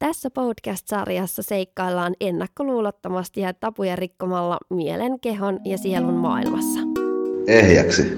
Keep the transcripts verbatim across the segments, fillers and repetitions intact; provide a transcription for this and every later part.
Tässä podcast-sarjassa seikkaillaan ennakkoluulottomasti ja tabuja rikkomalla mielen, kehon ja sielun maailmassa. Ehjäksi.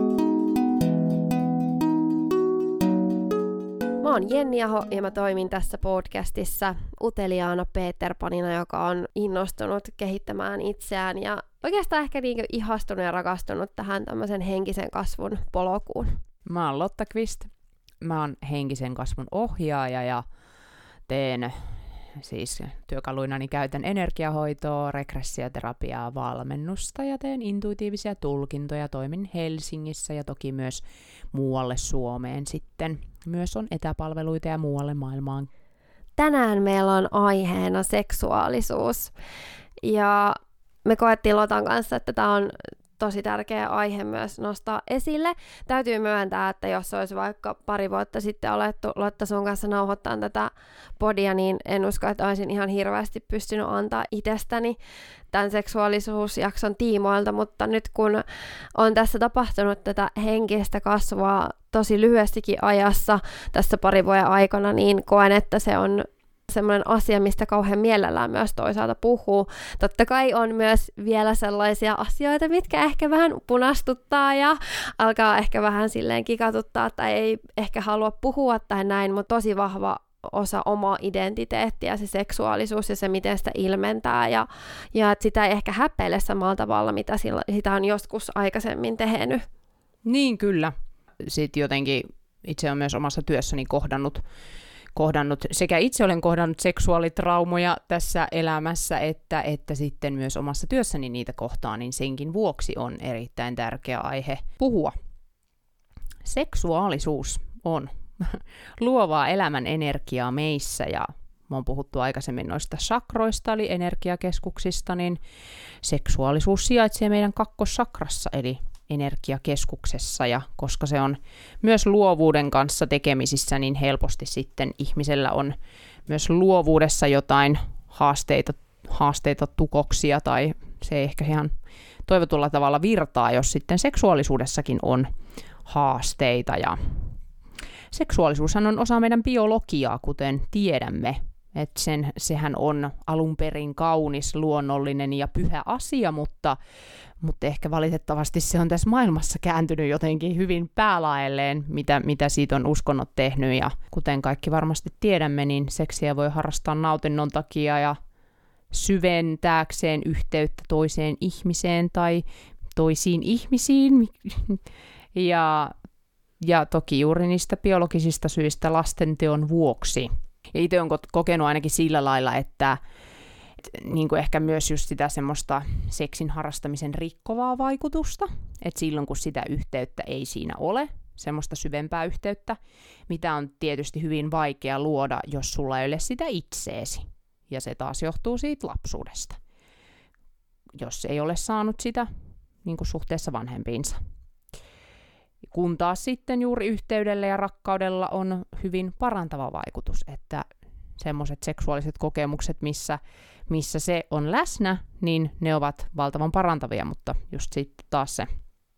Mä oon Jenni Aho ja mä toimin tässä podcastissa uteliaana Peterpanina, joka on innostunut kehittämään itseään ja oikeastaan ehkä niinku ihastunut ja rakastunut tähän tämmöisen henkisen kasvun polkuun. Mä oon Lotta Kvist. Mä oon henkisen kasvun ohjaaja ja teen siis työkaluinani käytän energiahoitoa, regressioterapiaa, valmennusta ja teen intuitiivisia tulkintoja. Toimin Helsingissä ja toki myös muualle Suomeen sitten. Myös on etäpalveluita ja muualle maailmaan. Tänään meillä on aiheena seksuaalisuus. Ja me koettiin Lotan kanssa, että tämä on tosi tärkeä aihe myös nostaa esille. Täytyy myöntää, että jos olisi vaikka pari vuotta sitten alettu Lotta sun kanssa nauhoittaa tätä podia, niin en usko, että olisin ihan hirveästi pystynyt antaa itsestäni tämän seksuaalisuusjakson tiimoilta, mutta nyt kun on tässä tapahtunut tätä henkistä kasvua tosi lyhyestikin ajassa tässä pari vuoden aikana, niin koen, että se on semmoinen asia, mistä kauhean mielellään myös toisaalta puhuu. Totta kai on myös vielä sellaisia asioita, mitkä ehkä vähän punastuttaa ja alkaa ehkä vähän silleen kikatuttaa tai ei ehkä halua puhua tai näin, mutta tosi vahva osa omaa identiteettiä, se seksuaalisuus ja se, miten sitä ilmentää ja, ja että sitä ei ehkä häpeile samalla tavalla, mitä sillä, sitä on joskus aikaisemmin tehnyt. Niin kyllä. Sitten jotenkin itse on myös omassa työssäni kohdannut kohdannut, sekä itse olen kohdannut seksuaalitraumoja tässä elämässä, että, että sitten myös omassa työssäni niitä kohtaa, niin senkin vuoksi on erittäin tärkeä aihe puhua. Seksuaalisuus on luovaa elämän energiaa meissä, ja me on puhuttu aikaisemmin noista sakroista, eli energiakeskuksista, niin seksuaalisuus sijaitsee meidän kakkossakrassa, eli energiakeskuksessa, ja koska se on myös luovuuden kanssa tekemisissä, niin helposti sitten ihmisellä on myös luovuudessa jotain haasteita, haasteita tukoksia, tai se ei ehkä ihan toivotulla tavalla virtaa, jos sitten seksuaalisuudessakin on haasteita. Ja seksuaalisuushan on osa meidän biologiaa, kuten tiedämme, että sen, sehän on alun perin kaunis, luonnollinen ja pyhä asia, mutta, mutta ehkä valitettavasti se on tässä maailmassa kääntynyt jotenkin hyvin päälaelleen, mitä, mitä siitä on uskonnot tehnyt. Ja kuten kaikki varmasti tiedämme, niin seksiä voi harrastaa nautinnon takia ja syventääkseen yhteyttä toiseen ihmiseen tai toisiin ihmisiin. Ja, ja toki juuri niistä biologisista syistä lastenteon vuoksi. Ja itse olen kokenut ainakin sillä lailla, että niin kuin ehkä myös just sitä semmoista seksin harrastamisen rikkovaa vaikutusta, että silloin kun sitä yhteyttä ei siinä ole, semmoista syvempää yhteyttä, mitä on tietysti hyvin vaikea luoda, jos sulla ei ole sitä itseesi. Ja se taas johtuu siitä lapsuudesta, jos ei ole saanut sitä niin kuin suhteessa vanhempiinsa. Kun taas sitten juuri yhteydellä ja rakkaudella on hyvin parantava vaikutus, että semmoiset seksuaaliset kokemukset, missä, missä se on läsnä, niin ne ovat valtavan parantavia, mutta just sitten taas se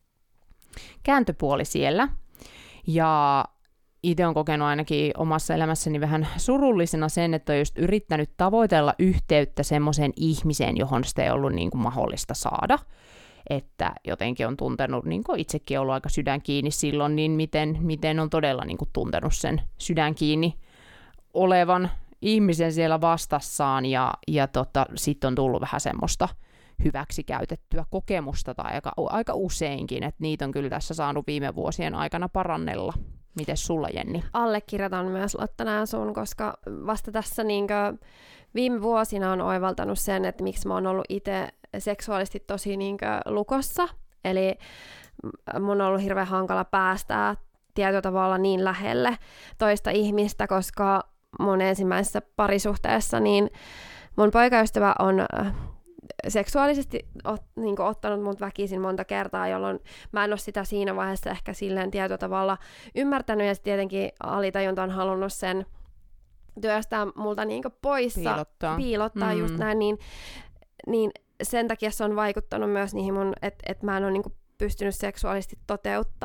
kääntöpuoli siellä. Ja itse olen kokenut ainakin omassa elämässäni vähän surullisena sen, että olen just yrittänyt tavoitella yhteyttä semmoiseen ihmiseen, johon sitä ei ollut niin kuin mahdollista saada. Että jotenkin on tuntenut, niin kuin itsekin ollut aika sydän kiinni silloin, niin miten, miten on todella niin kuin tuntenut sen sydän kiinni olevan ihmisen siellä vastassaan, ja, ja tota, sitten on tullut vähän semmoista hyväksi käytettyä kokemusta, tai aika, aika useinkin, että niitä on kyllä tässä saanut viime vuosien aikana parannella. Mites sulla, Jenni? Allekirjoitan myös, Lotta, nää sun, koska vasta tässä niinkö viime vuosina on oivaltanut sen, että miksi mä oon ollut itse seksuaalisesti tosi niinkö lukossa. Eli mun on ollut hirveän hankala päästää tietyllä tavalla niin lähelle toista ihmistä, koska mun ensimmäisessä parisuhteessa niin mun poikaystävä on seksuaalisesti ot, niin kuin ottanut mut väkisin monta kertaa, jolloin mä en ole sitä siinä vaiheessa ehkä silleen tietyllä tavalla ymmärtänyt, ja tietenkin alitajunta on halunnut sen työstää multa niin kuin poissa, piilottaa, piilottaa mm. just näin, niin, niin sen takia se on vaikuttanut myös niihin mun, että et mä en ole niin kuin pystynyt seksuaalisesti toteuttaa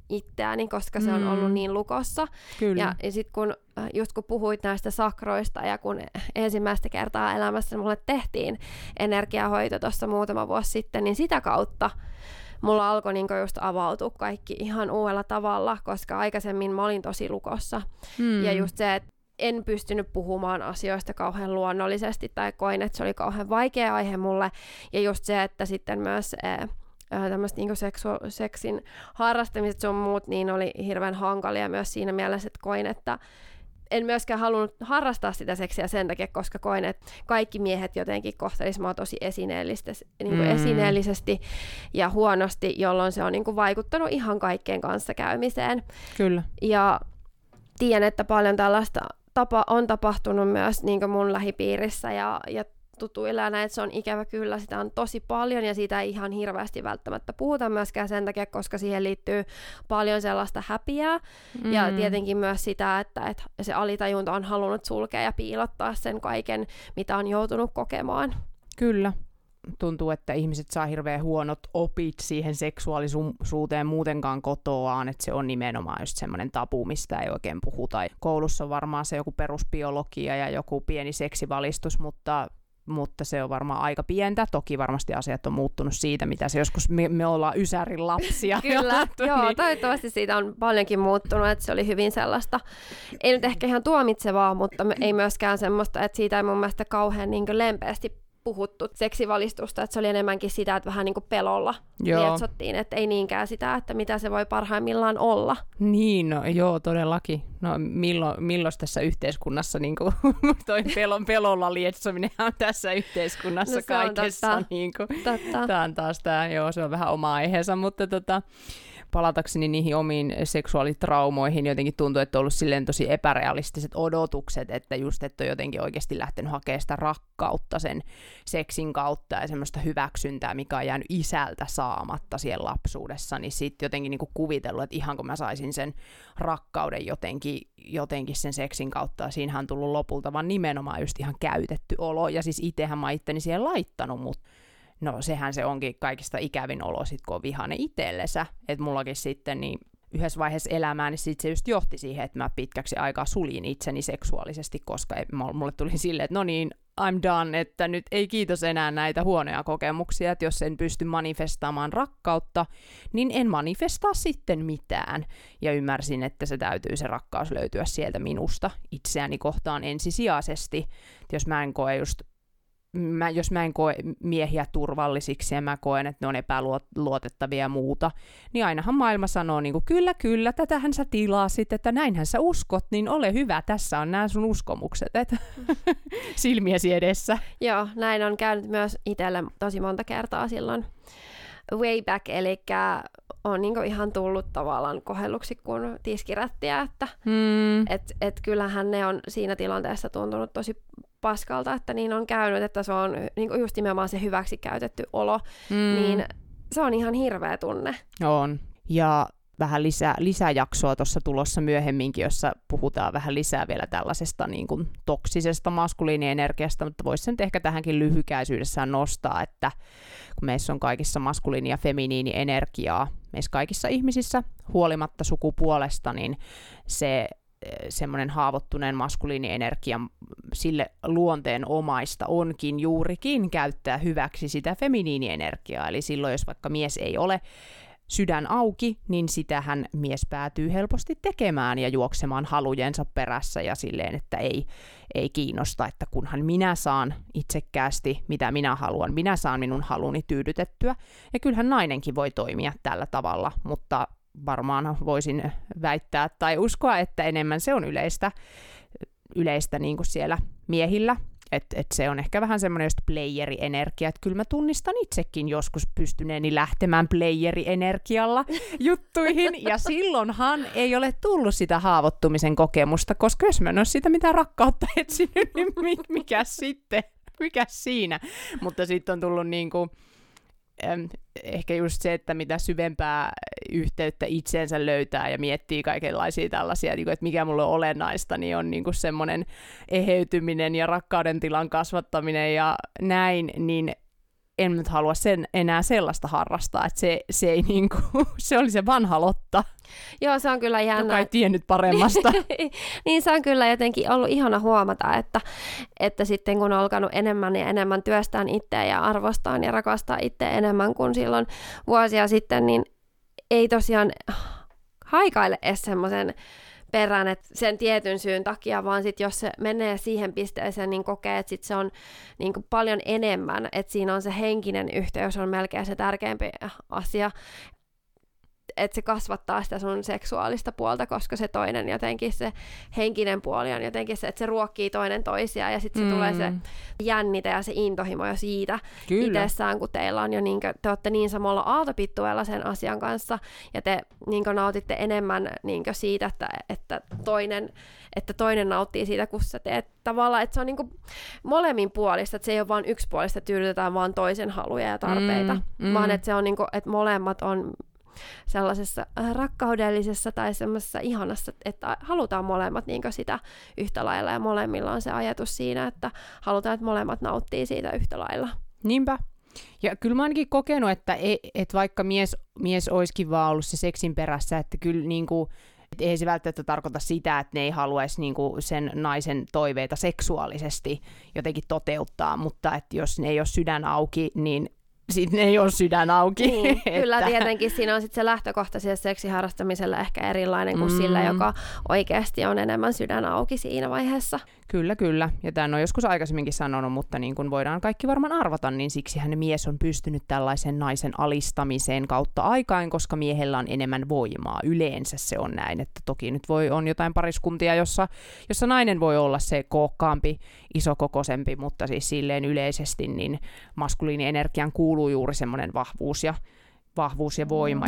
itseäni, koska se on Mm. ollut niin lukossa. Kyllä. Ja, ja sitten kun, just kun puhuit näistä sakroista ja kun ensimmäistä kertaa elämässä mulle tehtiin energiahoito tuossa muutama vuosi sitten, niin sitä kautta mulla alkoi niinku just avautua kaikki ihan uudella tavalla, koska aikaisemmin mä olin tosi lukossa. Mm. Ja just se, että en pystynyt puhumaan asioista kauhean luonnollisesti tai koin, että se oli kauhean vaikea aihe mulle. Ja just se, että sitten myös ää, tämmöiset niinku seksu- seksin harrastamiset sun muut niin oli hirveän hankalia myös siinä mielessä, että koin, että en myöskään halunnut harrastaa sitä seksiä sen takia, koska koin, että kaikki miehet jotenkin kohtelisivat mua tosi esineellisesti, niin kuin mm. esineellisesti ja huonosti, jolloin se on niin kuin vaikuttanut ihan kaikkeen kanssakäymiseen. Kyllä. Ja tiedän, että paljon tällaista tapa on tapahtunut myös niin kuin mun lähipiirissä ja, ja tutuilla ja näin, että se on ikävä kyllä, sitä on tosi paljon ja siitä ei ihan hirveästi välttämättä puhuta myöskään sen takia, koska siihen liittyy paljon sellaista häpiää mm. ja tietenkin myös sitä, että, että se alitajunta on halunnut sulkea ja piilottaa sen kaiken, mitä on joutunut kokemaan. Kyllä. Tuntuu, että ihmiset saa hirveän huonot opit siihen seksuaalisuuteen muutenkaan kotoaan, että se on nimenomaan just semmoinen tabu, mistä ei oikein puhuta. Koulussa on varmaan se joku perusbiologia ja joku pieni seksivalistus, mutta mutta se on varmaan aika pientä. Toki varmasti asiat on muuttunut siitä, mitä se joskus me, me ollaan Ysärin lapsia. Kyllä, joo, niin. Toivottavasti siitä on paljonkin muuttunut, että se oli hyvin sellaista, ei nyt ehkä ihan tuomitsevaa, mutta ei myöskään semmoista, että siitä ei mun mielestä kauhean niin kuin lempeästi puhuttu seksivalistusta, että se oli enemmänkin sitä, että vähän niin kuin pelolla joo. lietsottiin, että ei niinkään sitä, että mitä se voi parhaimmillaan olla. Niin, no joo, todellakin. No milloin, milloin tässä yhteiskunnassa niin kuin, toi pelon, pelolla lietsominen on tässä yhteiskunnassa no, kaikessa. Niin kuin, tämä on taas tämä, joo, se on vähän oma aiheensa, mutta tota, palatakseni niihin omiin seksuaalitraumoihin, jotenkin tuntuu, että on ollut silleen tosi epärealistiset odotukset, että just, että on jotenkin oikeasti lähtenyt hakemaan sitä rakkautta sen seksin kautta ja semmoista hyväksyntää, mikä on jäänyt isältä saamatta siellä lapsuudessa, niin sitten jotenkin niinku kuvitellut, että ihan kun mä saisin sen rakkauden jotenkin, jotenkin sen seksin kautta, ja siinähän on tullut lopulta vaan nimenomaan just ihan käytetty olo, ja siis itsehän mä itteni siihen laittanut, mutta no sehän se onkin kaikista ikävin olo, sit, kun on vihainen itsellensä. Että mullakin sitten niin yhdessä vaiheessa elämää, niin sit se just johti siihen, että mä pitkäksi aikaa suljin itseni seksuaalisesti, koska mulle tuli silleen, että no niin, I'm done, että nyt ei kiitos enää näitä huonoja kokemuksia, että jos en pysty manifestaamaan rakkautta, niin en manifestaa sitten mitään. Ja ymmärsin, että se täytyy se rakkaus löytyä sieltä minusta itseäni kohtaan ensisijaisesti. Että jos mä en koe just Mä, jos mä en koe miehiä turvallisiksi ja mä koen, että ne on epäluotettavia ja muuta, niin ainahan maailma sanoo niin kuin, kyllä, kyllä, tätähän sä tilasit, että näinhän sä uskot, niin ole hyvä, tässä on nämä sun uskomukset, että silmiesi edessä. Joo, näin on käynyt myös itselle tosi monta kertaa silloin way back, eli on niin kuin ihan tullut tavallaan kohdelluksi kuin tiskirättiä, että mm. et, et kyllähän ne on siinä tilanteessa tuntunut tosi paskalta, että niin on käynyt, että se on niin kuin just nimenomaan se hyväksi käytetty olo, mm. niin se on ihan hirveä tunne. On. Ja vähän lisää, lisäjaksoa tuossa tulossa myöhemminkin, jossa puhutaan vähän lisää vielä tällaisesta niin kuin toksisesta maskuliinienergiasta, mutta voisi sen ehkä tähänkin lyhykäisyydessään nostaa, että kun meissä on kaikissa maskuliini- ja feminiinienergiaa, meissä kaikissa ihmisissä huolimatta sukupuolesta, niin se semmoinen haavoittuneen maskuliinienergian sille luonteen omaista onkin juurikin käyttää hyväksi sitä feminiinienergiaa. Eli silloin, jos vaikka mies ei ole sydän auki, niin sitähän mies päätyy helposti tekemään ja juoksemaan halujensa perässä ja silleen, että ei, ei kiinnosta, että kunhan minä saan itsekkäästi, mitä minä haluan, minä saan minun haluni tyydytettyä. Ja kyllähän nainenkin voi toimia tällä tavalla, mutta varmaan voisin väittää tai uskoa, että enemmän se on yleistä, yleistä niin kuin siellä miehillä. Että et se on ehkä vähän semmoinen just playeri-energia, että kyllä mä tunnistan itsekin joskus pystyneeni lähtemään playeri-energialla juttuihin, ja silloinhan ei ole tullut sitä haavoittumisen kokemusta, koska jos mä en ole sitä mitään rakkautta etsinyt, niin mikä sitten, mikä siinä? Mutta sitten on tullut niinku ehkä just se, että mitä syvempää yhteyttä itseensä löytää ja miettii kaikenlaisia tällaisia, että mikä mulle on olennaista, niin on niin kuin semmoinen eheytyminen ja rakkauden tilan kasvattaminen ja näin, niin en nyt halua sen enää sellaista harrastaa, että se, se, ei niinku, se oli se vanha Lotta. Joo, se on kyllä jännä. Joka ei tiennyt paremmasta. Niin se on kyllä jotenkin ollut ihana huomata, että, että sitten kun on alkanut enemmän ja enemmän työstään itseä ja arvostaa ja rakastaa itseä enemmän kuin silloin vuosia sitten, niin ei tosiaan haikaile edes semmoisen perään, että sen tietyn syyn takia, vaan sit jos se menee siihen pisteeseen, niin kokee, että sit se on niin kuin paljon enemmän, että siinä on se henkinen yhteys on melkein se tärkeämpi asia, että se kasvattaa sitä sun seksuaalista puolta, koska se toinen jotenkin, se henkinen puoli on jotenkin se, että se ruokkii toinen toisiaan ja sitten se mm. tulee se jännite ja se intohimo jo siitä itsessään, kun teillä on jo niin kuin, te olette niin samalla aaltopittueella sen asian kanssa ja te niin kuin nautitte enemmän niin kuin siitä, että, että, toinen, että toinen nauttii siitä, kun sä teet tavallaan, että se on niin kuin molemmin puolista, että se ei ole vain yksipuolista, että tyydytetään vaan toisen haluja ja tarpeita, mm. Mm. vaan että se on niin kuin, että molemmat on sellaisessa rakkaudellisessa tai semmoisessa ihanassa, että halutaan molemmat niin sitä yhtä lailla ja molemmilla on se ajatus siinä, että halutaan, että molemmat nauttii siitä yhtä lailla. Niinpä. Ja kyllä mä ainakin kokenut, että, ei, että vaikka mies, mies olisikin vaan ollut se seksin perässä, että kyllä niin kuin, että ei se välttämättä tarkoita sitä, että ne ei haluaisi niin kuin sen naisen toiveita seksuaalisesti jotenkin toteuttaa, mutta että jos ne ei ole sydän auki, niin sitten ei ole sydän auki. Niin, että... Kyllä tietenkin siinä on sit se lähtökohta siihen seksiharrastamiselle ehkä erilainen kuin mm. sillä, joka oikeasti on enemmän sydän auki siinä vaiheessa. Kyllä, kyllä. Ja tämän on joskus aikaisemminkin sanonut, mutta niin kuin voidaan kaikki varmaan arvata, niin siksihän mies on pystynyt tällaisen naisen alistamiseen kautta aikaan, koska miehellä on enemmän voimaa. Yleensä se on näin, että toki nyt voi on jotain pariskuntia, jossa, jossa nainen voi olla se kookkaampi, isokokoisempi, mutta siis silleen yleisesti niin maskuliinienergian kuuluu juuri semmoinen vahvuus ja, vahvuus ja voima.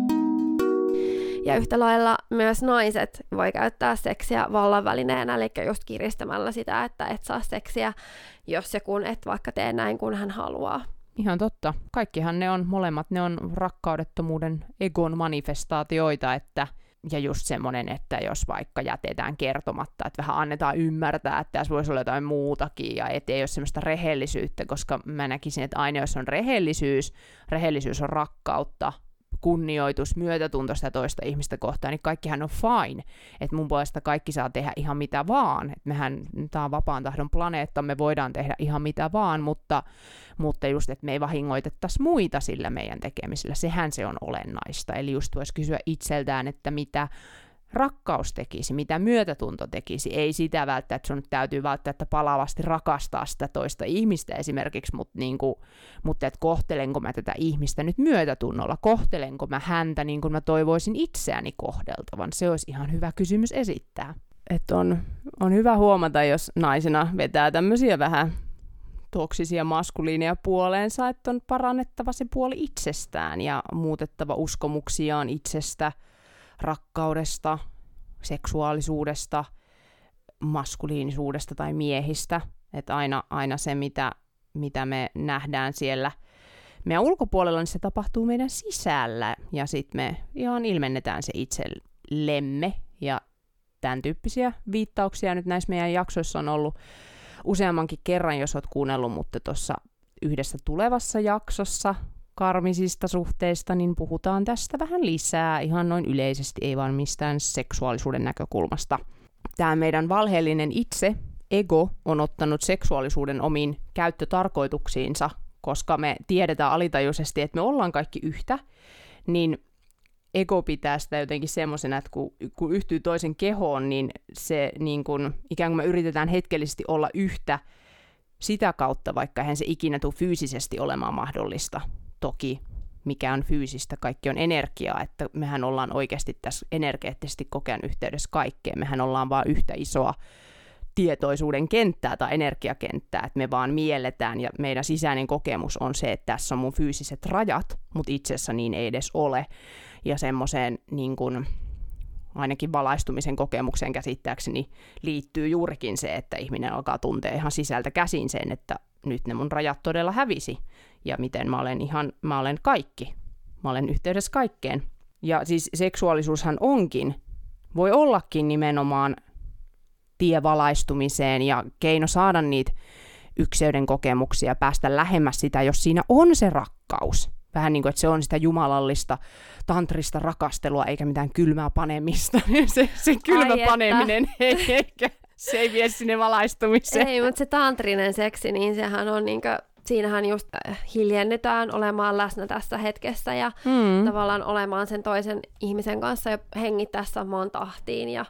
Ja yhtä lailla myös naiset voi käyttää seksiä vallanvälineenä, eli just kiristämällä sitä, että et saa seksiä, jos ja kun et vaikka tee näin, kun hän haluaa. Ihan totta. Kaikkihan ne on, molemmat ne on rakkaudettomuuden egon manifestaatioita, että ja just semmoinen, että jos vaikka jätetään kertomatta, että vähän annetaan ymmärtää, että tässä voisi olla jotain muutakin, ja ettei ole semmoista rehellisyyttä, koska mä näkisin, että aina jos on rehellisyys, rehellisyys on rakkautta, kunnioitus, myötätunto sitä toista ihmistä kohtaan, niin kaikkihan on fine. Että mun puolesta kaikki saa tehdä ihan mitä vaan. Et mehän, tää on vapaan tahdon planeetta, me voidaan tehdä ihan mitä vaan, mutta, mutta just, että me ei vahingoitettaisi muita sillä meidän tekemisellä. Sehän se on olennaista. Eli just voisi kysyä itseltään, että mitä rakkaus tekisi, mitä myötätunto tekisi. Ei sitä välttämättä, että sun täytyy välttämättä palavasti rakastaa sitä toista ihmistä esimerkiksi, mutta, niin kuin, mutta että kohtelenko mä tätä ihmistä nyt myötätunnolla, kohtelenko mä häntä niin kuin mä toivoisin itseäni kohdeltavan. Se olisi ihan hyvä kysymys esittää. Että on, on hyvä huomata, jos naisena vetää tämmöisiä vähän toksisia maskuliineja puoleensa, että on parannettava se puoli itsestään ja muutettava uskomuksiaan itsestä, rakkaudesta, seksuaalisuudesta, maskuliinisuudesta tai miehistä. Että aina, aina se, mitä, mitä me nähdään siellä meidän ulkopuolella, niin se tapahtuu meidän sisällä. Ja sitten me ihan ilmennetään se itsellemme. Ja tämän tyyppisiä viittauksia nyt näissä meidän jaksoissa on ollut useammankin kerran, jos olet kuunnellut, mutta tuossa yhdessä tulevassa jaksossa karmisista suhteista, niin puhutaan tästä vähän lisää, ihan noin yleisesti, ei vaan mistään seksuaalisuuden näkökulmasta. Tämä meidän valheellinen itse, ego, on ottanut seksuaalisuuden omiin käyttötarkoituksiinsa, koska me tiedetään alitajuisesti, että me ollaan kaikki yhtä, niin ego pitää sitä jotenkin semmoisena, että kun, kun yhtyy toisen kehoon, niin se niin kun, ikään kuin me yritetään hetkellisesti olla yhtä sitä kautta, vaikka eihän se ikinä tule fyysisesti olemaan mahdollista. Toki, mikä on fyysistä, kaikki on energiaa, että mehän ollaan oikeasti tässä energeettisesti kokeen yhteydessä kaikkeen. Mehän ollaan vaan yhtä isoa tietoisuuden kenttää tai energiakenttää, että me vaan mielletään ja meidän sisäinen kokemus on se, että tässä on mun fyysiset rajat, mutta itse asiassa niin ei edes ole. Ja semmoiseen niin kuin ainakin valaistumisen kokemukseen käsittääkseni liittyy juurikin se, että ihminen alkaa tuntea ihan sisältä käsin sen, että nyt ne mun rajat todella hävisi. Ja miten mä olen ihan, mä olen kaikki. Mä olen yhteydessä kaikkeen. Ja siis seksuaalisuushan onkin, voi ollakin nimenomaan tie valaistumiseen ja keino saada niitä ykseyden kokemuksia, päästä lähemmäs sitä, jos siinä on se rakkaus. Vähän niin kuin, että se on sitä jumalallista, tantrista rakastelua, eikä mitään kylmää panemista. se, se kylmä Ai paneminen, ei, eikä, se ei vie sinne valaistumiseen. Ei, mutta se tantrinen seksi, niin sehän on niin kuin, siinähän just hiljennytään olemaan läsnä tässä hetkessä ja mm. tavallaan olemaan sen toisen ihmisen kanssa ja hengittää samaan tahtiin ja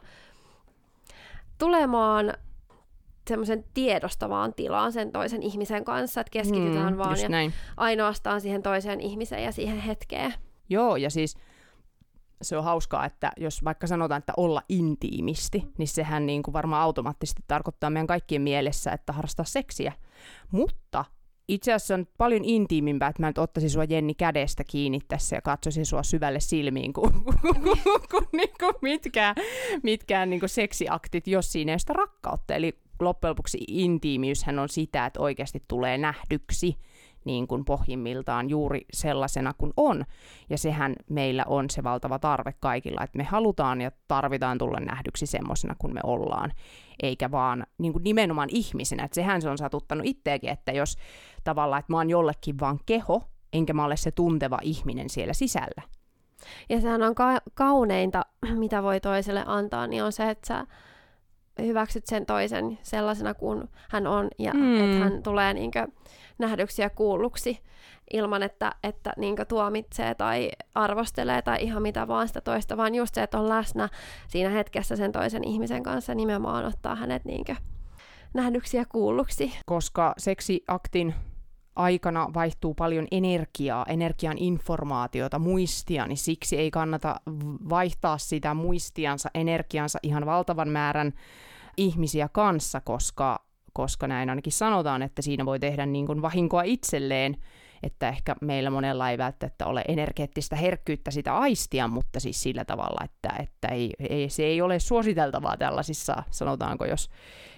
tulemaan semmoisen tiedostavaan tilaan sen toisen ihmisen kanssa, että keskitytään mm, vaan ja näin. Ainoastaan siihen toiseen ihmiseen ja siihen hetkeen. Joo, ja siis se on hauskaa, että jos vaikka sanotaan, että olla intiimisti, niin sehän niin kuin varmaan automaattisesti tarkoittaa meidän kaikkien mielessä, että harrastaa seksiä. Mutta itse asiassa on paljon intiimimpää, että mä nyt ottaisin sua Jenni kädestä kiinni tässä ja katsoisin sua syvälle silmiin kuin, kuin, kuin, niin kuin mitkään, mitkään niin kuin seksiaktit, jos siinä ei ole sitä rakkautta. Eli loppujen lopuksi intiimiyshän on sitä, että oikeasti tulee nähdyksi niin kuin pohjimmiltaan juuri sellaisena kuin on. Ja sehän meillä on se valtava tarve kaikilla, että me halutaan ja tarvitaan tulla nähdyksi semmoisena kuin me ollaan, eikä vaan niin kuin nimenomaan ihmisenä. Että sehän se on satuttanut itseäkin, että jos tavallaan, että mä oon jollekin vaan keho, enkä mä ole se tunteva ihminen siellä sisällä. Ja sehän on ka- kauneinta, mitä voi toiselle antaa, niin on se, että sä hyväksyt sen toisen sellaisena kuin hän on, ja mm. että hän tulee niinkö nähdyksi ja kuulluksi ilman, että, että niinkö tuomitsee tai arvostelee tai ihan mitä vaan sitä toista, vaan just se, että on läsnä siinä hetkessä sen toisen ihmisen kanssa, nimenomaan ottaa hänet niinkö nähdyksi ja kuulluksi. Koska seksiaktin aikana vaihtuu paljon energiaa, energian informaatiota, muistia, niin siksi ei kannata vaihtaa sitä muistiansa, energiansa ihan valtavan määrän ihmisiä kanssa, koska, koska näin ainakin sanotaan, että siinä voi tehdä niin kuin vahinkoa itselleen, että ehkä meillä monella ei välttämättä ole energeettistä herkkyyttä sitä aistia, mutta siis sillä tavalla, että, että ei, ei, se ei ole suositeltavaa tällaisissa, sanotaanko jos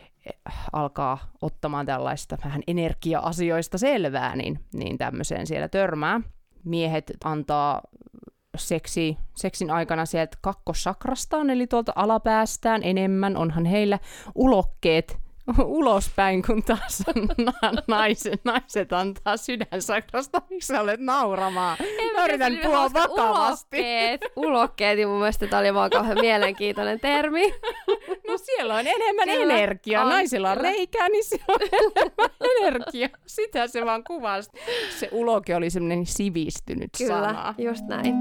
alkaa ottamaan tällaista vähän energia-asioista selvää, niin, niin tämmöiseen siellä törmää. Miehet antaa seksi, seksin aikana sieltä kakkosakrastaan, eli tuolta alapäästään enemmän, onhan heillä ulokkeet ulospäin, kun taas naiset, naiset antaa sydänsakrasta. Miksi sä olet nauramaan? Mä yritän puhua vakavasti. Ulokkeet, ulokkeet, ja mun mielestä tämä oli vaan kauhean mielenkiintoinen termi. No siellä on enemmän kyllä, energiaa. On, naisilla on kyllä. Reikää, niin siellä on enemmän energiaa. Sitä se vaan kuvasi. Se uloke oli semmoinen sivistynyt kyllä, sana. Kyllä, just näin.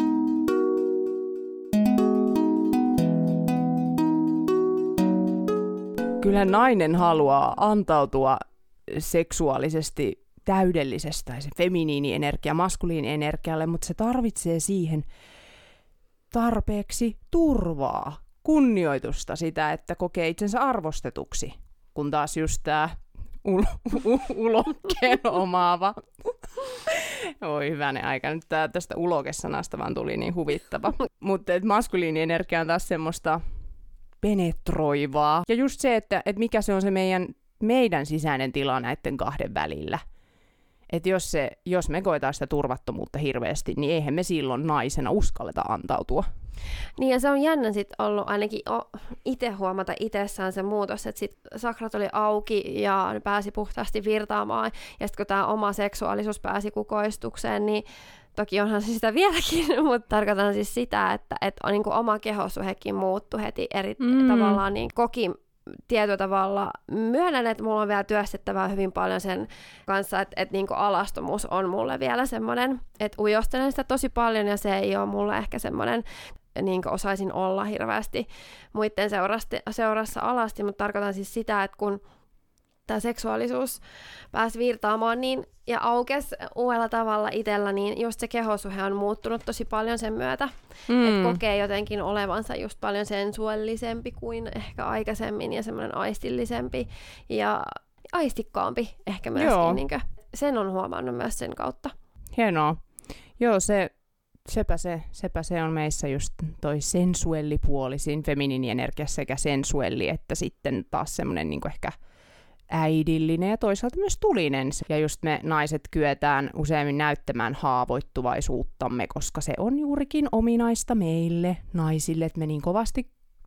Kyllä nainen haluaa antautua seksuaalisesti täydellisesti, tai se feminiinienergia, maskuliinienergialle, mutta se tarvitsee siihen tarpeeksi turvaa, kunnioitusta sitä, että kokee itsensä arvostetuksi, kun taas just tämä ul- u- ulokkeen omaava. Oi hyvänen aika, nyt tää, tästä ulokesanasta vaan tuli niin huvittava. Mutta maskuliinienergia on taas semmoista penetroivaa. Ja just se, että, että mikä se on se meidän, meidän sisäinen tila näiden kahden välillä. Että jos, se, jos me koetaan sitä turvattomuutta hirveästi, niin eihän me silloin naisena uskalleta antautua. Niin ja se on jännä sit ollut ainakin itse huomata itsessään se muutos, että sit sakrat oli auki ja ne pääsi puhtaasti virtaamaan. Ja sitten kun tämä oma seksuaalisuus pääsi kukoistukseen, niin toki onhan se sitä vieläkin, mutta tarkoitan siis sitä, että, että on niin kuin oma kehosuhekin muuttui heti eri mm. tavallaan, niin koki tietyllä tavalla. Myönnän, että mulla on vielä työstettävää hyvin paljon sen kanssa, että, että niin kuin alastomuus on mulle vielä semmoinen, että ujostelen sitä tosi paljon ja se ei ole mulle ehkä semmoinen, niin kuin osaisin olla hirveästi muiden seurasti, seurassa alasti, mutta tarkoitan siis sitä, että kun tämä seksuaalisuus pääsi virtaamaan niin, ja aukesi uudella tavalla itsellä, niin just se kehosuhe on muuttunut tosi paljon sen myötä. Mm. Että kokee jotenkin olevansa just paljon sensuellisempi kuin ehkä aikaisemmin ja semmoinen aistillisempi ja aistikkaampi ehkä myöskin. Niin kuin, sen on huomannut myös sen kautta. Hienoa. Joo, se, sepä, se, sepä se on meissä just toi sensuellipuoli siinä feminiinienergiassa sekä sensuelli, että sitten taas semmoinen niin kuin ehkä äidillinen ja toisaalta myös tulinen. Ja just me naiset kyetään useimmin näyttämään haavoittuvaisuuttamme, koska se on juurikin ominaista meille naisille, että me niin kovasti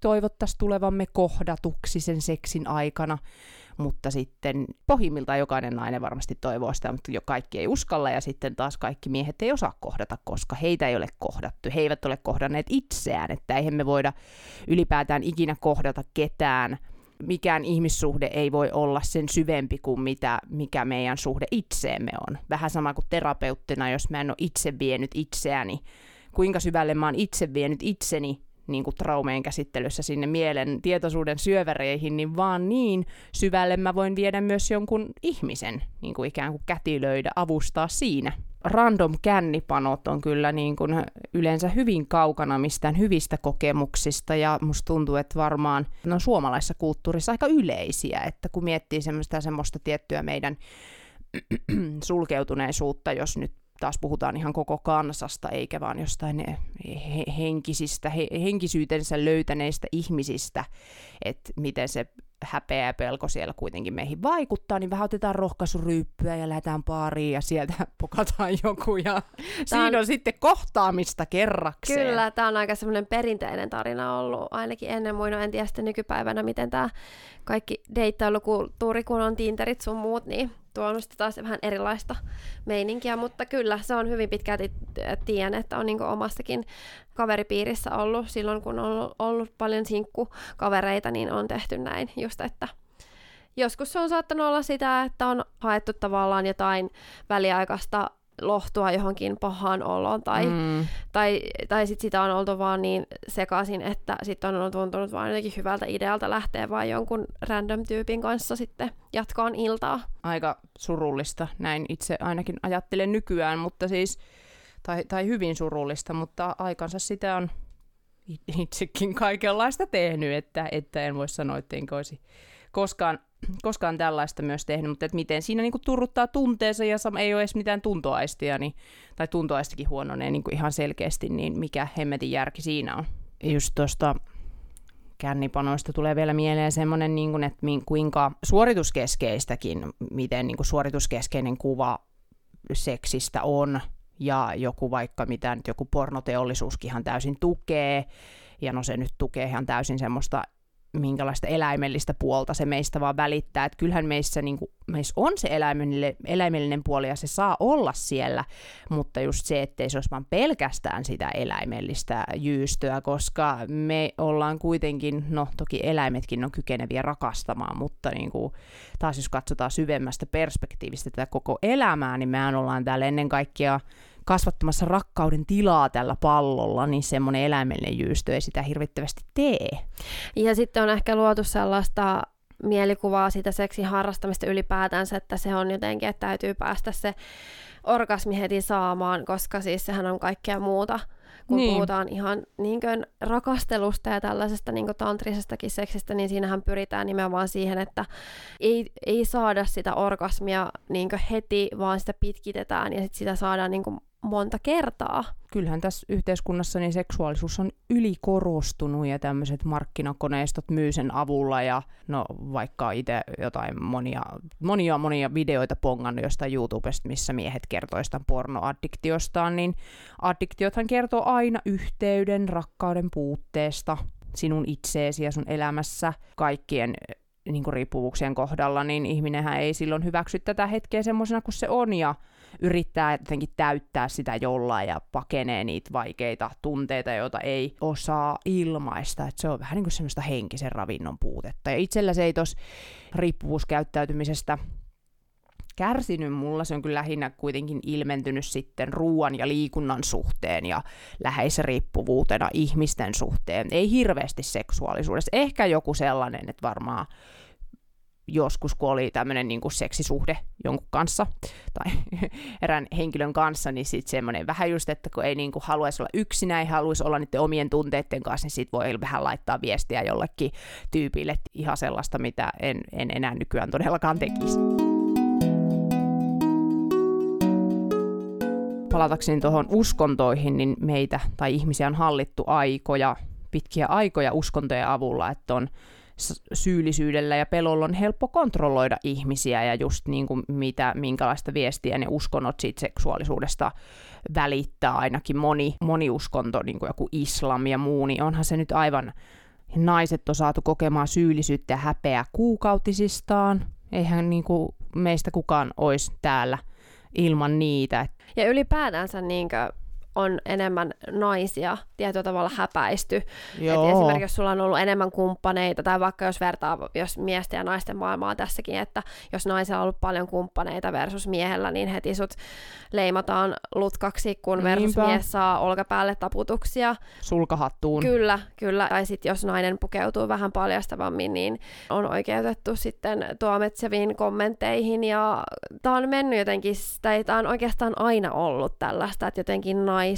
toivottaisiin tulevamme kohdatuksi sen seksin aikana, mutta sitten pohjimmiltaan jokainen nainen varmasti toivoo sitä, mutta jo kaikki ei uskalla, ja sitten taas kaikki miehet ei osaa kohdata, koska heitä ei ole kohdattu, he eivät ole kohdanneet itseään, että eihän me voida ylipäätään ikinä kohdata ketään. Mikään ihmissuhde ei voi olla sen syvempi kuin mitä, mikä meidän suhde itseemme on. Vähän sama kuin terapeuttina, jos mä en ole itse vienyt itseäni, kuinka syvälle mä oon itse vienyt itseni niin kuin traumeen käsittelyssä sinne mielen tietoisuuden syöväreihin, niin vaan niin syvälle mä voin viedä myös jonkun ihmisen, niin kuin ikään kuin kätilöidä, avustaa siinä. Random kännipanot on kyllä niin kuin yleensä hyvin kaukana mistään hyvistä kokemuksista, ja musta tuntuu, että varmaan ne on suomalaisessa kulttuurissa aika yleisiä, että kun miettii semmoista, semmoista tiettyä meidän sulkeutuneisuutta, jos nyt taas puhutaan ihan koko kansasta, eikä vaan jostain he- henkisistä, he- henkisyytensä löytäneistä ihmisistä, että miten se häpeä ja pelko siellä kuitenkin meihin vaikuttaa, niin vähän otetaan rohkaisuryyppyä ja lähdetään baariin ja sieltä pokataan joku ja siinä on... on sitten kohtaamista kerrakseen. Kyllä, tämä on aika semmoinen perinteinen tarina ollut ainakin ennen muinoin, en tiedä sitten nykypäivänä, miten tämä kaikki deittailukulttuuri, kun on Tinderit sun muut, niin tuonut sitten taas vähän erilaista meininkiä, mutta kyllä se on hyvin pitkälti tiedän, että on niin kuin omassakin kaveripiirissä ollut silloin, kun on ollut, ollut paljon sinkkukavereita, niin on tehty näin just, että joskus se on saattanut olla sitä, että on haettu tavallaan jotain väliaikaista lohtua johonkin pahaan oloon, tai, mm. tai, tai sitten sitä on oltu vaan niin sekaisin, että sitten on tuntunut vaan jotenkin hyvältä idealta lähteä vaan jonkun random tyypin kanssa sitten jatkoon iltaa. Aika surullista, näin itse ainakin ajattelen nykyään, mutta siis, tai, tai hyvin surullista, mutta aikansa sitä on itsekin kaikenlaista tehnyt, että, että en voi sanoa, ettenkö olisi koskaan koskaan tällaista myös tehnyt, mutta että miten siinä niinku turruttaa tunteensa ja ei ole edes mitään tuntoaistia, niin, tai tuntoaistikin huononee niinku ihan selkeästi, niin mikä hemmetin järki siinä on. Just tuosta kännipanoista tulee vielä mieleen semmoinen, niin että kuinka suorituskeskeistäkin, miten niin kuin suorituskeskeinen kuva seksistä on, ja joku vaikka mitä nyt joku pornoteollisuuskin ihan täysin tukee, ja no se nyt tukee ihan täysin semmoista minkälaista eläimellistä puolta se meistä vaan välittää, että kyllähän meissä, niin kuin, meissä on se eläimellinen, eläimellinen puoli ja se saa olla siellä, mutta just se, ettei se olisi vaan pelkästään sitä eläimellistä jyystöä, koska me ollaan kuitenkin, no toki eläimetkin on kykeneviä rakastamaan, mutta niin kuin, taas jos katsotaan syvemmästä perspektiivistä tätä koko elämää, niin mehän ollaan täällä ennen kaikkea kasvattamassa rakkauden tilaa tällä pallolla, niin semmoinen eläimellinen jyystö ei sitä hirvittävästi tee. Ja sitten on ehkä luotu sellaista mielikuvaa siitä seksin harrastamista ylipäätänsä, että se on jotenkin, että täytyy päästä se orgasmi heti saamaan, koska siis sehän on kaikkea muuta, kun niin. puhutaan ihan niin kuin rakastelusta ja tällaisesta niin kuin tantrisestakin seksistä, niin siinähän pyritään nimenomaan siihen, että ei, ei saada sitä orgasmia niin kuin heti, vaan sitä pitkitetään ja sit sitä saadaan niin kuin monta kertaa. Kyllähän tässä yhteiskunnassa niin seksuaalisuus on ylikorostunut ja tämmöiset markkinakoneistot myy sen avulla ja no vaikka itse jotain monia, monia monia videoita pongannut jostain YouTubesta, missä miehet kertoo jostain pornoaddiktiostaan, niin addiktiothan kertoo aina yhteyden, rakkauden puutteesta sinun itseesi ja sun elämässä kaikkien niin kuin riippuvuuksien kohdalla, niin ihminenhän ei silloin hyväksy tätä hetkeä semmoisena kuin se on ja yrittää jotenkin täyttää sitä jollain ja pakenee niitä vaikeita tunteita, joita ei osaa ilmaista. Et se on vähän niin kuin semmoista henkisen ravinnon puutetta. Ja itsellä se ei tuossa riippuvuuskäyttäytymisestä kärsinyt, mulla se on kyllä lähinnä kuitenkin ilmentynyt sitten ruoan ja liikunnan suhteen ja läheisriippuvuutena ihmisten suhteen. Ei hirveästi seksuaalisuudessa. Ehkä joku sellainen, että varmaan joskus, kun oli tämmöinen niin kuin seksisuhde jonkun kanssa tai erään henkilön kanssa, niin sitten semmoinen vähän just, että kun ei niin kuin haluaisi olla yksinä, ei haluaisi olla niiden omien tunteiden kanssa, niin sitten voi vähän laittaa viestiä jollekin tyypille ihan sellaista, mitä en, en enää nykyään todellakaan tekisi. Palatakseni tuohon uskontoihin, niin meitä tai ihmisiä on hallittu aikoja, pitkiä aikoja uskontojen avulla, että on syyllisyydellä ja pelolla on helppo kontrolloida ihmisiä ja just niin kuin mitä, minkälaista viestiä ne uskonnot siitä seksuaalisuudesta välittää, ainakin moni, moni uskonto, niin kuin joku islam ja muu, niin onhan se nyt aivan Naiset on saatu kokemaan syyllisyyttä ja häpeää kuukautisistaan. Eihän niin kuin meistä kukaan olisi täällä ilman niitä. Ja ylipäätänsä niinkö on enemmän naisia tietyllä tavalla häpäisty. Et esimerkiksi jos sulla on ollut enemmän kumppaneita, tai vaikka jos vertaa jos miesten ja naisten maailmaa tässäkin, että jos naisella on ollut paljon kumppaneita versus miehellä, niin heti sut leimataan lutkaksi, kun versus Niinpä. mies saa olkapäälle taputuksia. Sulkahattuun. Kyllä, kyllä. Tai sitten jos nainen pukeutuu vähän paljastavammin, niin on oikeutettu sitten tuomitseviin kommentteihin. Ja tää on mennyt jotenkin, tai tää on oikeastaan aina ollut tällaista, että jotenkin naisen,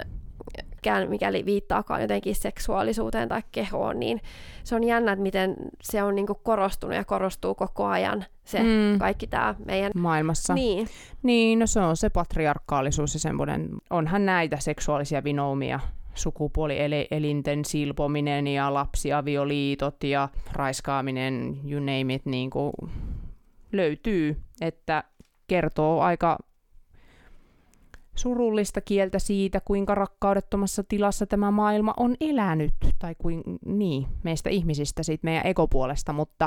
mikäli viittaakaan jotenkin seksuaalisuuteen tai kehoon, niin se on jännä, että miten se on niinku korostunut ja korostuu koko ajan se mm. kaikki tämä meidän maailmassa. Niin. niin, no se on se patriarkaalisuus ja semmoinen, onhan näitä seksuaalisia vinoumia, sukupuolielinten silpominen ja lapsiavioliitot ja raiskaaminen, you name it, niin kuin löytyy, että kertoo aika surullista kieltä siitä, kuinka rakkaudettomassa tilassa tämä maailma on elänyt, tai kuin, niin, meistä ihmisistä, siitä meidän ekopuolesta, mutta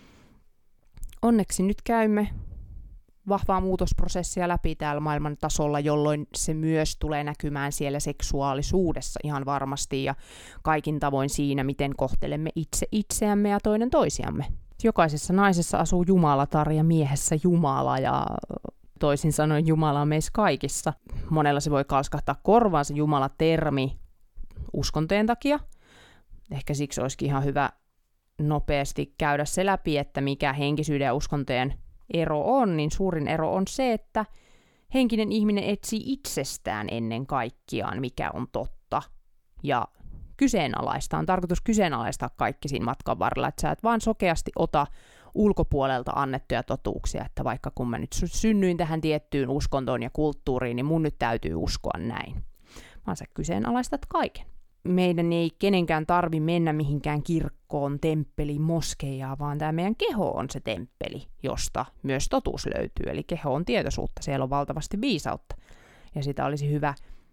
onneksi nyt käymme vahvaa muutosprosessia läpi täällä maailman tasolla, jolloin se myös tulee näkymään siellä seksuaalisuudessa ihan varmasti, ja kaikin tavoin siinä, miten kohtelemme itse itseämme ja toinen toisiamme. Jokaisessa naisessa asuu Jumalatar ja miehessä Jumala, ja toisin sanoen Jumala on meissä kaikissa. Monella se voi kalskahtaa korvaan se Jumala-termi uskontojen takia. Ehkä siksi olisikin ihan hyvä nopeasti käydä se läpi, että mikä henkisyyden ja uskontojen ero on. Niin suurin ero on se, että henkinen ihminen etsii itsestään ennen kaikkiaan, mikä on totta. Ja kyseenalaista on tarkoitus kyseenalaistaa kaikki siinä matkan varrella, että sä et vaan sokeasti ota ulkopuolelta annettuja totuuksia, että vaikka kun mä nyt synnyin tähän tiettyyn uskontoon ja kulttuuriin, niin mun nyt täytyy uskoa näin. Vaan sä kyseenalaistat kaiken. Meidän ei kenenkään tarvi mennä mihinkään kirkkoon, temppeliin, moskeijaan, vaan tämä meidän keho on se temppeli, josta myös totuus löytyy. Eli keho on tietoisuutta, siellä on valtavasti viisautta. Ja sitä olisi hyvä,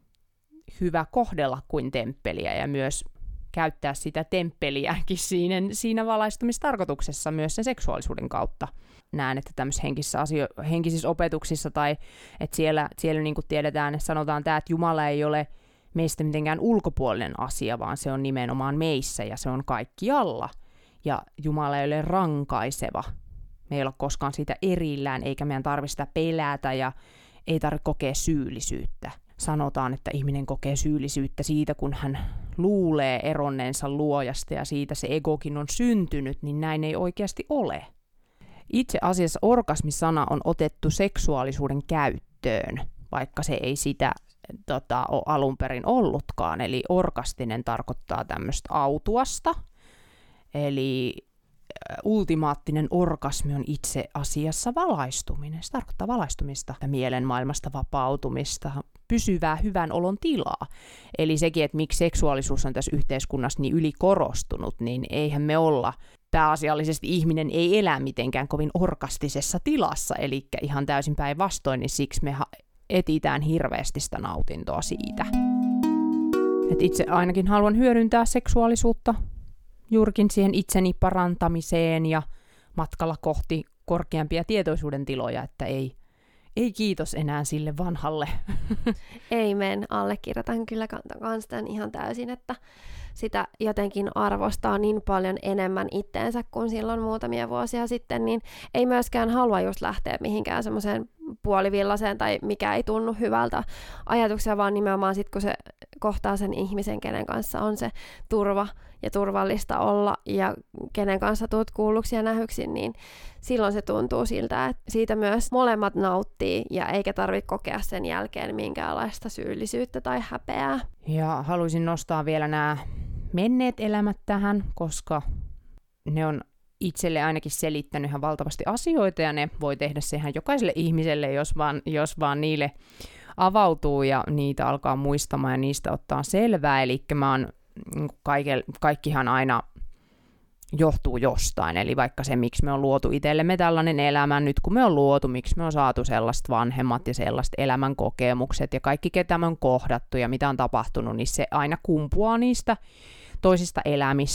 hyvä kohdella kuin temppeliä ja myös käyttää sitä temppeliäkin siinä, siinä valaistumistarkoituksessa myös sen seksuaalisuuden kautta. Näen, että tämmöisissä henkisissä, asio- henkisissä opetuksissa tai että siellä, siellä niin kuin tiedetään, että sanotaan tämä, että Jumala ei ole meistä mitenkään ulkopuolinen asia, vaan se on nimenomaan meissä ja se on kaikkialla. Ja Jumala ei ole rankaiseva. Me ei ole koskaan siitä erillään, eikä meidän tarvitse sitä pelätä ja ei tarvitse kokea syyllisyyttä. Sanotaan, että ihminen kokee syyllisyyttä siitä, kun hän luulee eronneensa luojasta ja siitä se egokin on syntynyt, niin näin ei oikeasti ole. Itse asiassa orgasmisana on otettu seksuaalisuuden käyttöön, vaikka se ei sitä tota, ole alun perin ollutkaan. Eli orgastinen tarkoittaa tämmöistä autuasta, eli ultimaattinen orgasmi on itse asiassa valaistuminen. Se tarkoittaa valaistumista, mielen maailmasta vapautumista, pysyvää hyvän olon tilaa. Eli sekin, että miksi seksuaalisuus on tässä yhteiskunnassa niin ylikorostunut, niin eihän me olla pääasiallisesti ihminen ei elä mitenkään kovin orgastisessa tilassa, eli ihan täysin päinvastoin, niin siksi me etsitään hirveästi sitä nautintoa siitä. Et itse ainakin haluan hyödyntää seksuaalisuutta juurikin siihen itseni parantamiseen ja matkalla kohti korkeampia tietoisuuden tiloja, että ei, ei kiitos enää sille vanhalle. Ei men, allekirjoitan kyllä kans tämän ihan täysin, että sitä jotenkin arvostaa niin paljon enemmän itteensä kuin silloin muutamia vuosia sitten, niin ei myöskään halua just lähteä mihinkään semmoiseen puolivillaiseen tai mikä ei tunnu hyvältä ajatuksia, vaan nimenomaan sitten kun se kohtaa sen ihmisen, kenen kanssa on se turva ja turvallista olla ja kenen kanssa tuut kuulluksi ja nähyksi, niin silloin se tuntuu siltä, että siitä myös molemmat nauttii ja eikä tarvitse kokea sen jälkeen minkäänlaista syyllisyyttä tai häpeää. Ja haluaisin nostaa vielä nämä menneet elämät tähän, koska ne on itselle ainakin selittänyt ihan valtavasti asioita ja ne voi tehdä se ihan jokaiselle ihmiselle, jos vaan, jos vaan niille avautuu ja niitä alkaa muistamaan ja niistä ottaa selvää. Eli mä oon Kaikel, kaikkihan aina johtuu jostain, eli vaikka se, miksi me on luotu itsellemme tällainen elämä, nyt kun me on luotu, miksi me on saatu sellaiset vanhemmat ja sellaiset elämän kokemukset ja kaikki, ketä me on kohdattu ja mitä on tapahtunut, niin se aina kumpuaa niistä toisista elämistä,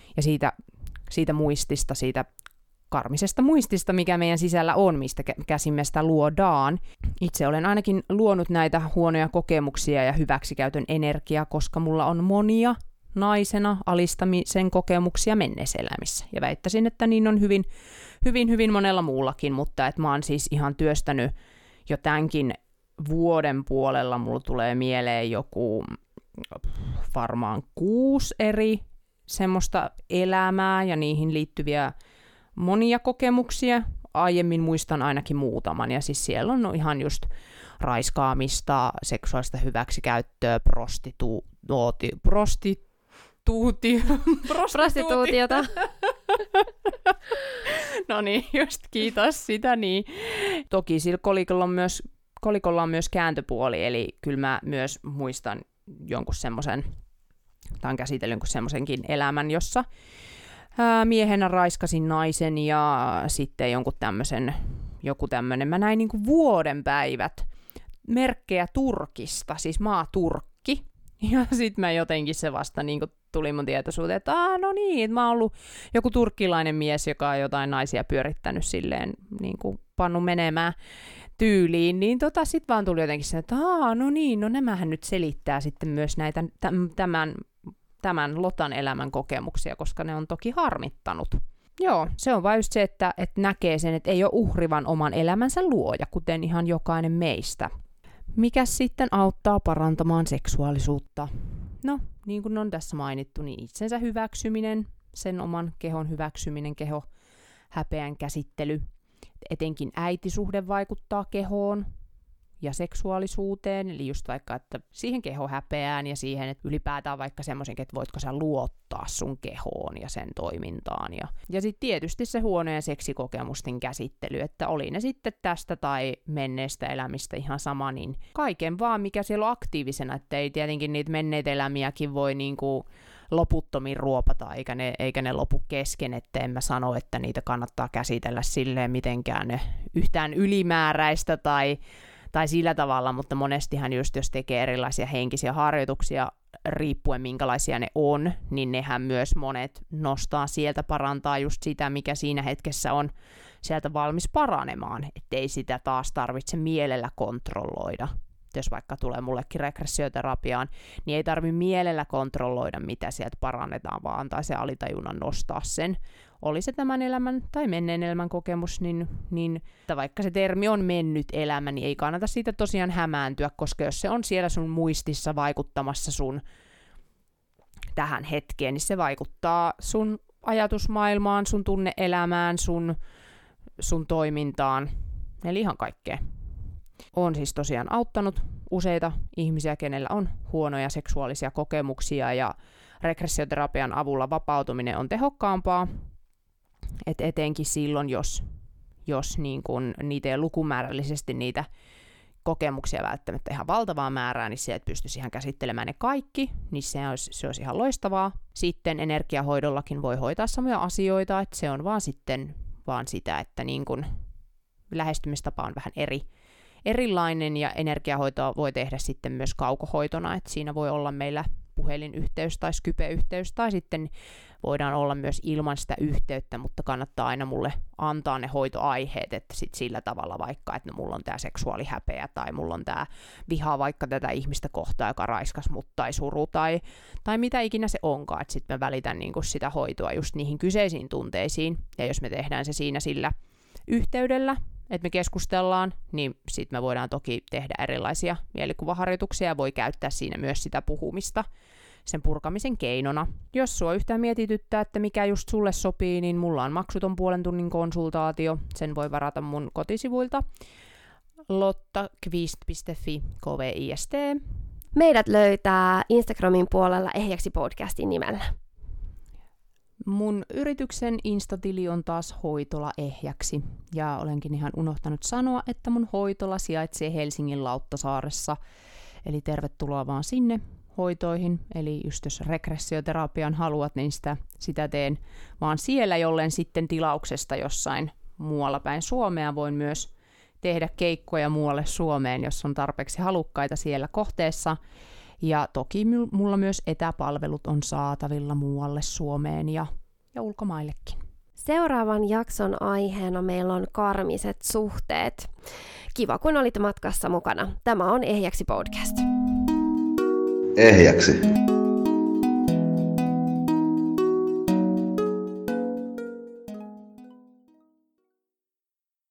ja siitä, siitä muistista, siitä karmisesta muistista, mikä meidän sisällä on, mistä käsin me sitä luodaan. Itse olen ainakin luonut näitä huonoja kokemuksia ja hyväksikäytön energiaa, koska mulla on monia naisena alistamisen kokemuksia menneissä elämissä. Ja väittäisin, että niin on hyvin, hyvin, hyvin monella muullakin, mutta että mä oon siis ihan työstänyt jo tämänkin vuoden puolella, mulla tulee mieleen joku varmaan kuusi eri semmoista elämää ja niihin liittyviä monia kokemuksia. Aiemmin muistan ainakin muutaman, ja siis siellä on ihan just raiskaamista, seksuaalista hyväksikäyttöä, prostituuti, prostituuti, prostituutiota. No niin, just kiitos sitä niin. Toki sillä kolikolla on myös, kolikolla on myös kääntöpuoli, eli kyllä mä myös muistan jonkun semmoisen, tai on käsitellyt semmoisenkin elämän, jossa ää, miehenä raiskasin naisen ja sitten jonkun tämmöisen, joku tämmöinen, mä näin niinku vuoden päivät merkkejä Turkista, siis maa Turkki, ja sitten mä jotenkin se vasta niinku tuli mun tietoisuuteen, että aah, no niin, että mä oon ollut joku turkkilainen mies, joka on jotain naisia pyörittänyt silleen, niinku pannut menemään tyyliin, niin tota sit vaan tuli jotenkin se, että aah, no niin, no nämähän nyt selittää sitten myös näitä tämän, tämän Lotan elämän kokemuksia, koska ne on toki harmittanut. Joo, se on vain just se, että, että näkee sen, että ei ole uhrivan oman elämänsä luoja, kuten ihan jokainen meistä. Mikä sitten auttaa parantamaan seksuaalisuutta? No, niin kuin on tässä mainittu, niin itsensä hyväksyminen, sen oman kehon hyväksyminen, keho häpeän käsittely. Etenkin äitisuhde vaikuttaa kehoon ja seksuaalisuuteen, eli just vaikka, että siihen kehohäpeään ja siihen, että ylipäätään vaikka semmoisenkin, että voitko sä luottaa sun kehoon ja sen toimintaan. Ja, ja sitten tietysti se huonojen seksikokemusten käsittely, että oli ne sitten tästä tai menneestä elämistä ihan sama, niin kaiken vaan, mikä siellä on aktiivisena, että ei tietenkin niitä menneitä elämiäkin voi niinku loputtomin ruopata, eikä ne, eikä ne lopu kesken, että en mä sano, että niitä kannattaa käsitellä silleen mitenkään ne yhtään ylimääräistä tai tai sillä tavalla, mutta monestihan just jos tekee erilaisia henkisiä harjoituksia, riippuen minkälaisia ne on, niin nehän myös monet nostaa sieltä, parantaa just sitä, mikä siinä hetkessä on sieltä valmis paranemaan, ettei sitä taas tarvitse mielellä kontrolloida. Jos vaikka tulee mullekin regressioterapiaan, niin ei tarvitse mielellä kontrolloida, mitä sieltä parannetaan, vaan antaa se alitajunnan nostaa sen. Oli se tämän elämän tai menneen elämän kokemus, niin, niin että vaikka se termi on mennyt elämä, niin ei kannata siitä tosiaan hämääntyä, koska jos se on siellä sun muistissa vaikuttamassa sun tähän hetkeen, niin se vaikuttaa sun ajatusmaailmaan, sun tunneelämään, sun, sun toimintaan, eli ihan kaikkea. Olen siis tosiaan auttanut useita ihmisiä, kenellä on huonoja seksuaalisia kokemuksia, ja regressioterapian avulla vapautuminen on tehokkaampaa, et etenkin silloin, jos, jos niin kun niitä ei lukumäärällisesti niitä kokemuksia välttämättä ihan valtavaa määrää, niin se, että pystyisi ihan käsittelemään ne kaikki, niin se olisi, se olisi ihan loistavaa. Sitten energiahoidollakin voi hoitaa samoja asioita, että se on vaan sitten vaan sitä, että niin kun lähestymistapa on vähän eri, erilainen, ja energiahoitoa voi tehdä sitten myös kaukohoitona, että siinä voi olla meillä puhelinyhteys tai Skype-yhteys, tai sitten voidaan olla myös ilman sitä yhteyttä, mutta kannattaa aina mulle antaa ne hoitoaiheet, että sit sillä tavalla vaikka, että no, mulla on tää seksuaalihäpeä, tai mulla on tää viha vaikka tätä ihmistä kohtaan, joka raiskas mut, tai suru, tai, tai mitä ikinä se onkaan, että sitten mä välitän niinku sitä hoitoa just niihin kyseisiin tunteisiin, ja jos me tehdään se siinä sillä yhteydellä, että me keskustellaan, niin sitten me voidaan toki tehdä erilaisia mielikuvaharjoituksia ja voi käyttää siinä myös sitä puhumista sen purkamisen keinona. Jos sua yhtään mietityttää, että mikä just sulle sopii, niin mulla on maksuton puolen tunnin konsultaatio. Sen voi varata mun kotisivuilta lottakvist piste fi, K V I S T. Meidät löytää Instagramin puolella Ehjäksi podcastin nimellä. Mun yrityksen Instatili on taas Hoitola Ehjäksi, ja olenkin ihan unohtanut sanoa, että mun hoitola sijaitsee Helsingin Lauttasaaressa, eli tervetuloa vaan sinne hoitoihin, eli just jos regressioterapian haluat, niin sitä, sitä teen vaan siellä, jollen sitten tilauksesta jossain muualla päin Suomea voin myös tehdä keikkoja muualle Suomeen, jos on tarpeeksi halukkaita siellä kohteessa. Ja toki mulla myös etäpalvelut on saatavilla muualle Suomeen, ja ja ulkomaillekin. Seuraavan jakson aiheena meillä on karmiset suhteet. Kiva, kun olit matkassa mukana. Tämä on Ehjäksi podcast. Ehjäksi.